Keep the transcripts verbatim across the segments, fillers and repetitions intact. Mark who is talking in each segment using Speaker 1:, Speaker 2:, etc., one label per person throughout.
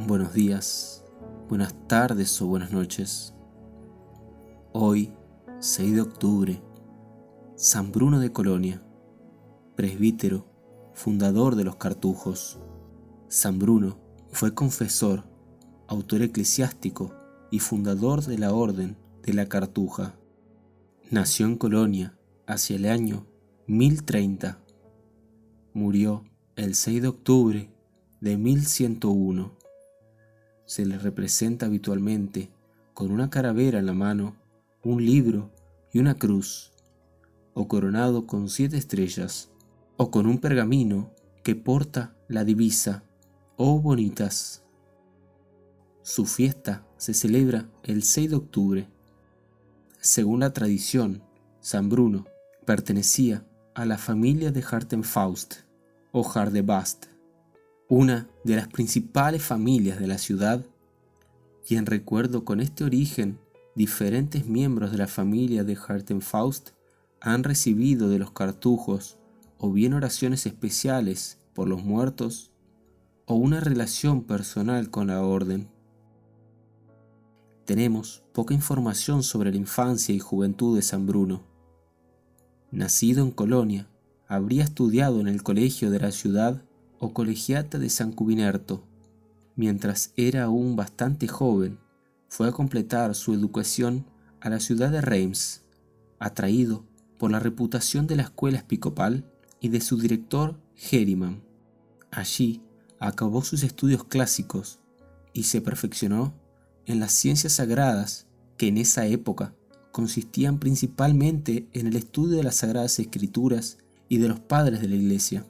Speaker 1: Buenos días, buenas tardes o buenas noches. Hoy, seis de octubre, San Bruno de Colonia, presbítero, fundador de los Cartujos. San Bruno fue confesor, autor eclesiástico y fundador de la Orden de la Cartuja. Nació en Colonia hacia el año mil treinta. Murió el seis de octubre de mil ciento uno. Se le representa habitualmente con una calavera en la mano, un libro y una cruz, o coronado con siete estrellas, o con un pergamino que porta la divisa "Oh Bonitas". Su fiesta se celebra el seis de octubre. Según la tradición, San Bruno pertenecía a la familia de Hartenfaust o Hardebast, una de las principales familias de la ciudad, y en recuerdo con este origen, diferentes miembros de la familia de Hartenfaust han recibido de los Cartujos o bien oraciones especiales por los muertos o una relación personal con la orden. Tenemos poca información sobre la infancia y juventud de San Bruno. Nacido en Colonia, habría estudiado en el colegio de la ciudad o colegiata de San Cubinerto. Mientras era aún bastante joven, fue a completar su educación a la ciudad de Reims, atraído por la reputación de la escuela episcopal y de su director Hériman. Allí acabó sus estudios clásicos y se perfeccionó en las ciencias sagradas, que en esa época consistían principalmente en el estudio de las Sagradas Escrituras y de los padres de la Iglesia.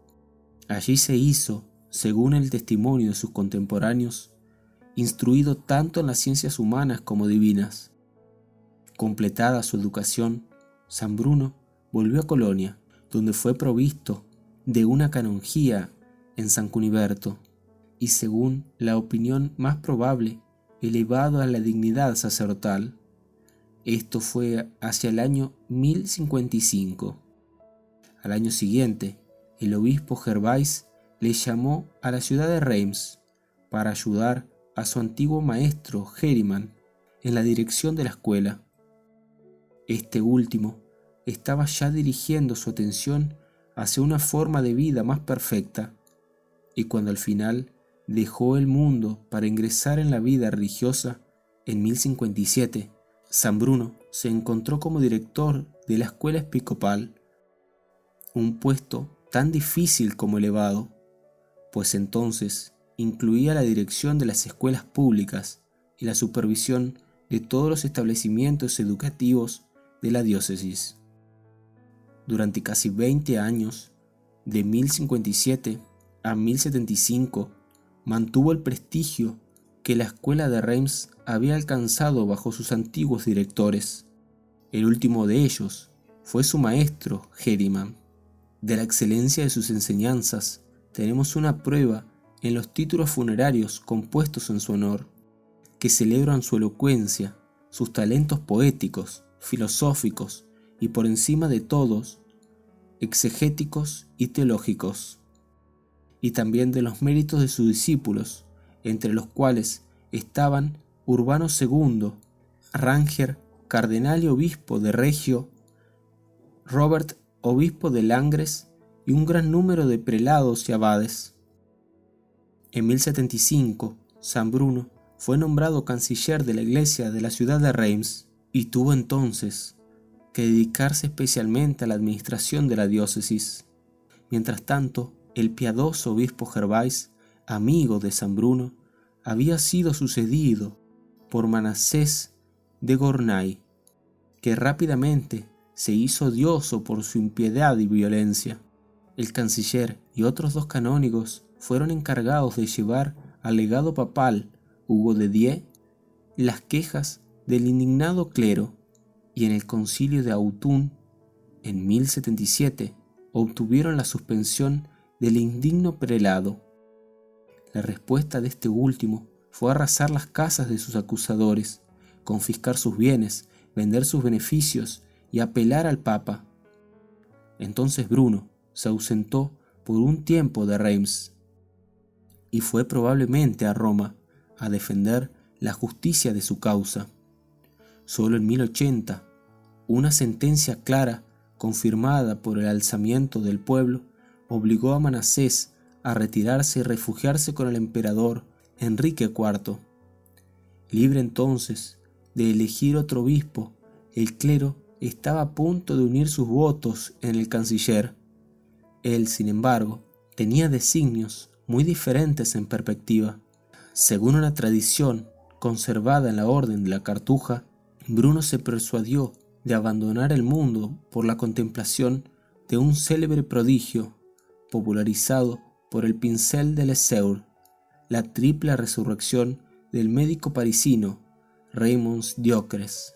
Speaker 1: Allí se hizo, según el testimonio de sus contemporáneos, instruido tanto en las ciencias humanas como divinas. Completada su educación, San Bruno volvió a Colonia, donde fue provisto de una canonjía en San Cuniberto y, según la opinión más probable, elevado a la dignidad sacerdotal. Esto fue hacia el año mil cincuenta y cinco. Al año siguiente, el obispo Gervais le llamó a la ciudad de Reims para ayudar a su antiguo maestro Hériman en la dirección de la escuela. Este último estaba ya dirigiendo su atención hacia una forma de vida más perfecta, y cuando al final dejó el mundo para ingresar en la vida religiosa en mil cincuenta y siete, San Bruno se encontró como director de la escuela episcopal, un puesto tan difícil como elevado, pues entonces incluía la dirección de las escuelas públicas y la supervisión de todos los establecimientos educativos de la diócesis. Durante casi veinte años, de mil cincuenta y siete a mil setenta y cinco, mantuvo el prestigio que la escuela de Reims había alcanzado bajo sus antiguos directores. El último de ellos fue su maestro Hériman. De la excelencia de sus enseñanzas tenemos una prueba en los títulos funerarios compuestos en su honor, que celebran su elocuencia, sus talentos poéticos, filosóficos y, por encima de todos, exegéticos y teológicos, y también de los méritos de sus discípulos, entre los cuales estaban Urbano segundo, Ranger, cardenal y obispo de Regio, Robert, obispo de Langres, y un gran número de prelados y abades. En mil setenta y cinco, San Bruno fue nombrado canciller de la iglesia de la ciudad de Reims y tuvo entonces que dedicarse especialmente a la administración de la diócesis. Mientras tanto, el piadoso obispo Gervais, amigo de San Bruno, había sido sucedido por Manassés de Gournay, que rápidamente se hizo odioso por su impiedad y violencia. El canciller y otros dos canónigos fueron encargados de llevar al legado papal Hugo de Die las quejas del indignado clero, y en el concilio de Autun, en mil setenta y siete, obtuvieron la suspensión del indigno prelado. La respuesta de este último fue arrasar las casas de sus acusadores, confiscar sus bienes, vender sus beneficios y apelar al Papa. Entonces Bruno se ausentó por un tiempo de Reims y fue probablemente a Roma a defender la justicia de su causa. Solo en mil ochenta, una sentencia clara, confirmada por el alzamiento del pueblo, obligó a Manasés a retirarse y refugiarse con el emperador Enrique cuarto. Libre entonces de elegir otro obispo, el clero estaba a punto de unir sus votos en el canciller. Él, sin embargo, tenía designios muy diferentes en perspectiva. Según una tradición conservada en la Orden de la Cartuja, Bruno se persuadió de abandonar el mundo por la contemplación de un célebre prodigio popularizado por el pincel de Lesueur, la triple resurrección del médico parisino Raymond Diocres.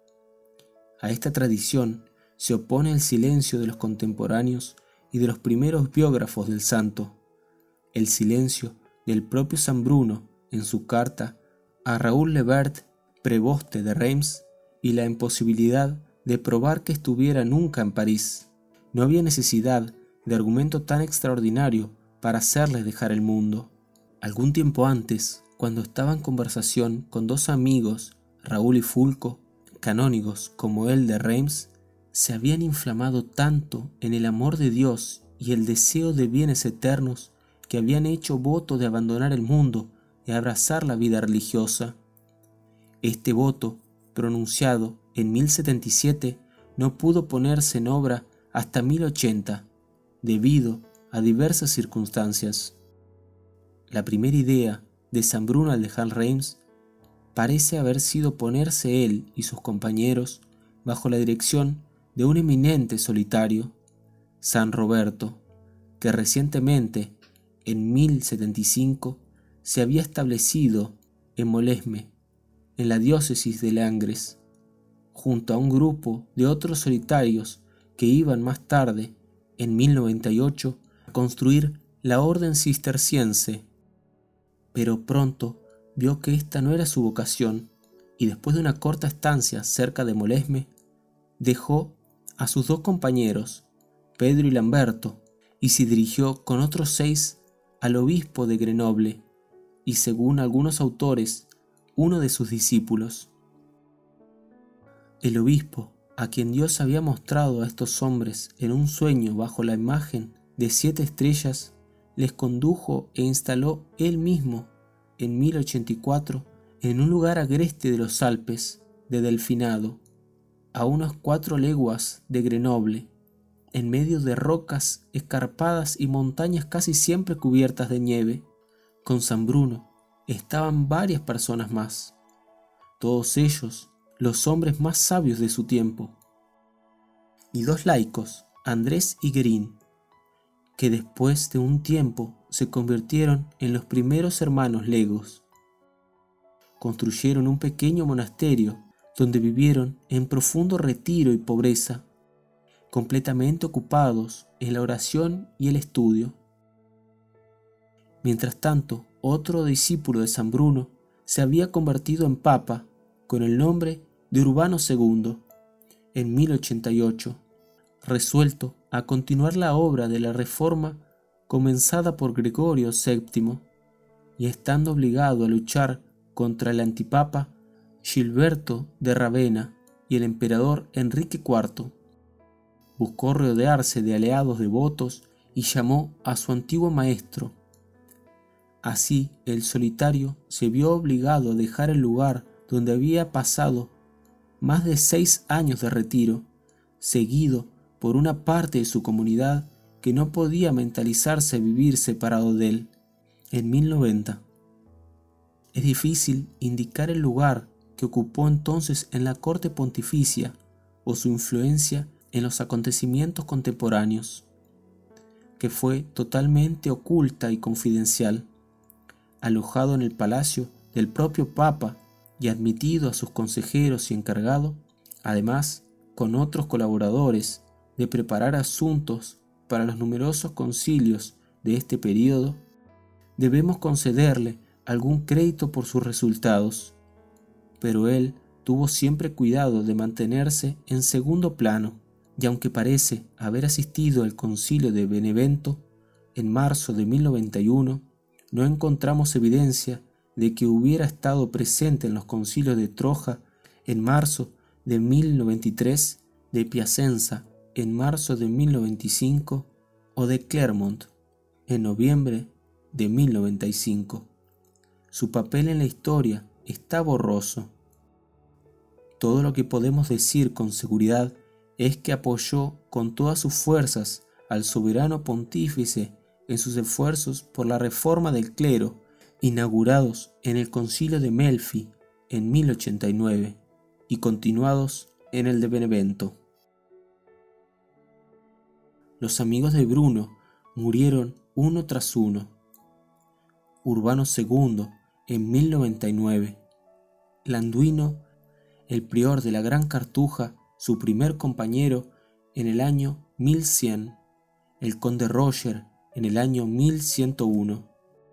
Speaker 1: A esta tradición se opone el silencio de los contemporáneos y de los primeros biógrafos del santo, el silencio del propio San Bruno en su carta a Raoul Lebert, preboste de Reims, y la imposibilidad de probar que estuviera nunca en París. No había necesidad de argumento tan extraordinario para hacerle dejar el mundo. Algún tiempo antes, cuando estaba en conversación con dos amigos, Raúl y Fulco, canónigos como él de Reims, se habían inflamado tanto en el amor de Dios y el deseo de bienes eternos que habían hecho voto de abandonar el mundo y abrazar la vida religiosa. Este voto, pronunciado en mil setenta y siete, no pudo ponerse en obra hasta mil ochenta, debido a diversas circunstancias. La primera idea de San Bruno al dejar Reims parece haber sido ponerse él y sus compañeros bajo la dirección de un eminente solitario, San Roberto, que recientemente, en mil setenta y cinco, se había establecido en Molesme, en la diócesis de Langres, junto a un grupo de otros solitarios que iban más tarde, en mil noventa y ocho, a construir la orden cisterciense. Pero pronto vio que esta no era su vocación y después de una corta estancia cerca de Molesme, dejó a sus dos compañeros, Pedro y Lamberto, y se dirigió con otros seis al obispo de Grenoble y, según algunos autores, uno de sus discípulos. El obispo, a quien Dios había mostrado a estos hombres en un sueño bajo la imagen de siete estrellas, les condujo e instaló él mismo en mil ochenta y cuatro en un lugar agreste de los Alpes de Delfinado, a unas cuatro leguas de Grenoble, en medio de rocas escarpadas y montañas casi siempre cubiertas de nieve. Con San Bruno estaban varias personas más, todos ellos los hombres más sabios de su tiempo, y dos laicos, Andrés y Guérin, que después de un tiempo se convirtieron en los primeros hermanos legos. Construyeron un pequeño monasterio donde vivieron en profundo retiro y pobreza, completamente ocupados en la oración y el estudio. Mientras tanto, otro discípulo de San Bruno se había convertido en papa con el nombre de Urbano segundo en mil ochenta y ocho, resuelto a continuar la obra de la reforma comenzada por Gregorio séptimo, y estando obligado a luchar contra el antipapa Gilberto de Ravenna y el emperador Enrique cuarto, buscó rodearse de aliados devotos y llamó a su antiguo maestro. Así el solitario se vio obligado a dejar el lugar donde había pasado más de seis años de retiro, seguido por una parte de su comunidad que no podía mentalizarse vivir separado de él, en mil noventa. Es difícil indicar el lugar que ocupó entonces en la corte pontificia o su influencia en los acontecimientos contemporáneos, que fue totalmente oculta y confidencial. Alojado en el palacio del propio Papa y admitido a sus consejeros y encargado, además, con otros colaboradores, de preparar asuntos para los numerosos concilios de este período, debemos concederle algún crédito por sus resultados, pero él tuvo siempre cuidado de mantenerse en segundo plano, y aunque parece haber asistido al concilio de Benevento en marzo de mil noventa y uno, no encontramos evidencia de que hubiera estado presente en los concilios de Troja en marzo de mil noventa y tres, de Piacenza en marzo de mil noventa y cinco o de Clermont en noviembre de mil noventa y cinco. Su papel en la historia está borroso. Todo lo que podemos decir con seguridad es que apoyó con todas sus fuerzas al soberano pontífice en sus esfuerzos por la reforma del clero, inaugurados en el Concilio de Melfi en mil ochenta y nueve y continuados en el de Benevento. Los amigos de Bruno murieron uno tras uno. Urbano segundo en mil noventa y nueve, Landuino, el prior de la Gran Cartuja, su primer compañero, en el año mil cien, el conde Roger en el año mil ciento uno.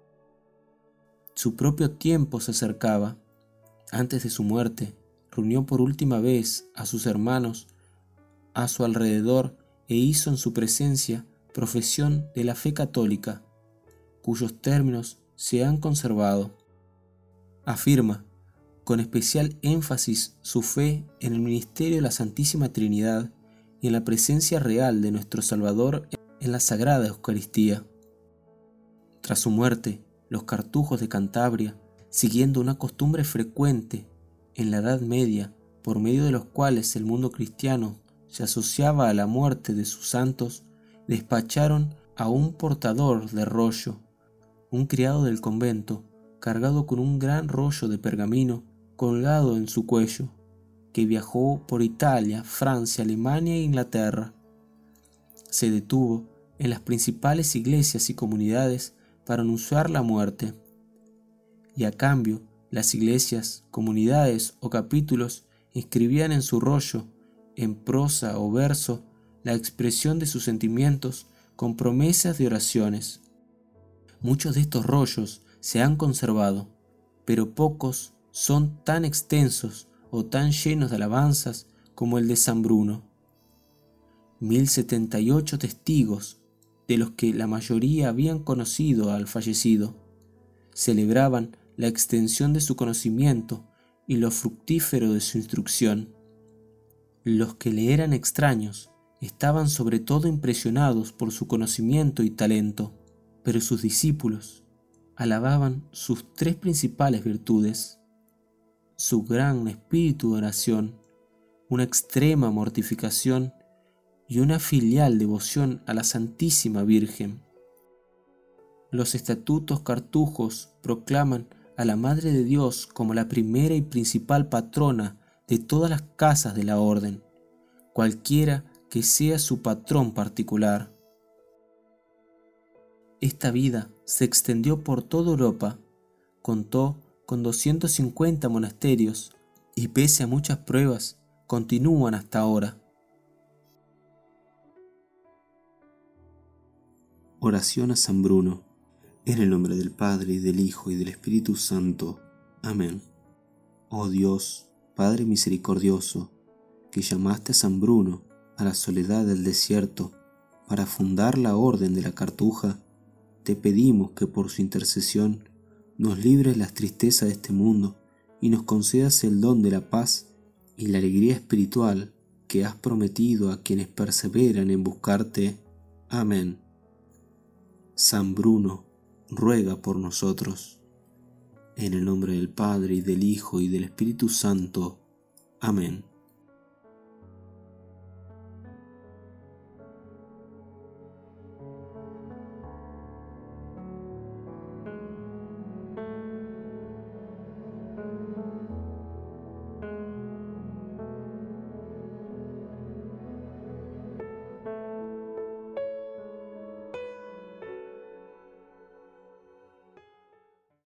Speaker 1: Su propio tiempo se acercaba. Antes de su muerte, reunió por última vez a sus hermanos a su alrededor e hizo en su presencia profesión de la fe católica, cuyos términos se han conservado. Afirma con especial énfasis su fe en el ministerio de la Santísima Trinidad y en la presencia real de nuestro Salvador en la Sagrada Eucaristía. Tras su muerte, los cartujos de Cantabria, siguiendo una costumbre frecuente en la Edad Media, por medio de los cuales el mundo cristiano se asociaba a la muerte de sus santos, despacharon a un portador de rollo, un criado del convento, cargado con un gran rollo de pergamino colgado en su cuello, que viajó por Italia, Francia, Alemania e Inglaterra. Se detuvo en las principales iglesias y comunidades para anunciar la muerte, y a cambio las iglesias, comunidades o capítulos escribían en su rollo, en prosa o verso, la expresión de sus sentimientos con promesas de oraciones. Muchos de estos rollos se han conservado, pero pocos son tan extensos o tan llenos de alabanzas como el de San Bruno. Mil setenta y ocho testigos, de los que la mayoría habían conocido al fallecido, celebraban la extensión de su conocimiento y lo fructífero de su instrucción. Los que le eran extraños estaban sobre todo impresionados por su conocimiento y talento, pero sus discípulos alababan sus tres principales virtudes: su gran espíritu de oración, una extrema mortificación y una filial devoción a la Santísima Virgen. Los estatutos cartujos proclaman a la Madre de Dios como la primera y principal patrona de todas las casas de la orden, cualquiera que sea su patrón particular. Esta vida se extendió por toda Europa, contó con doscientos cincuenta monasterios y pese a muchas pruebas, continúan hasta ahora.
Speaker 2: Oración a San Bruno. En el nombre del Padre, y del Hijo, y del Espíritu Santo. Amén. Oh Dios, Padre misericordioso, que llamaste a San Bruno a la soledad del desierto para fundar la Orden de la Cartuja, te pedimos que por su intercesión nos libres las tristezas de este mundo y nos concedas el don de la paz y la alegría espiritual que has prometido a quienes perseveran en buscarte. Amén. San Bruno, ruega por nosotros. En el nombre del Padre, y del Hijo, y del Espíritu Santo. Amén.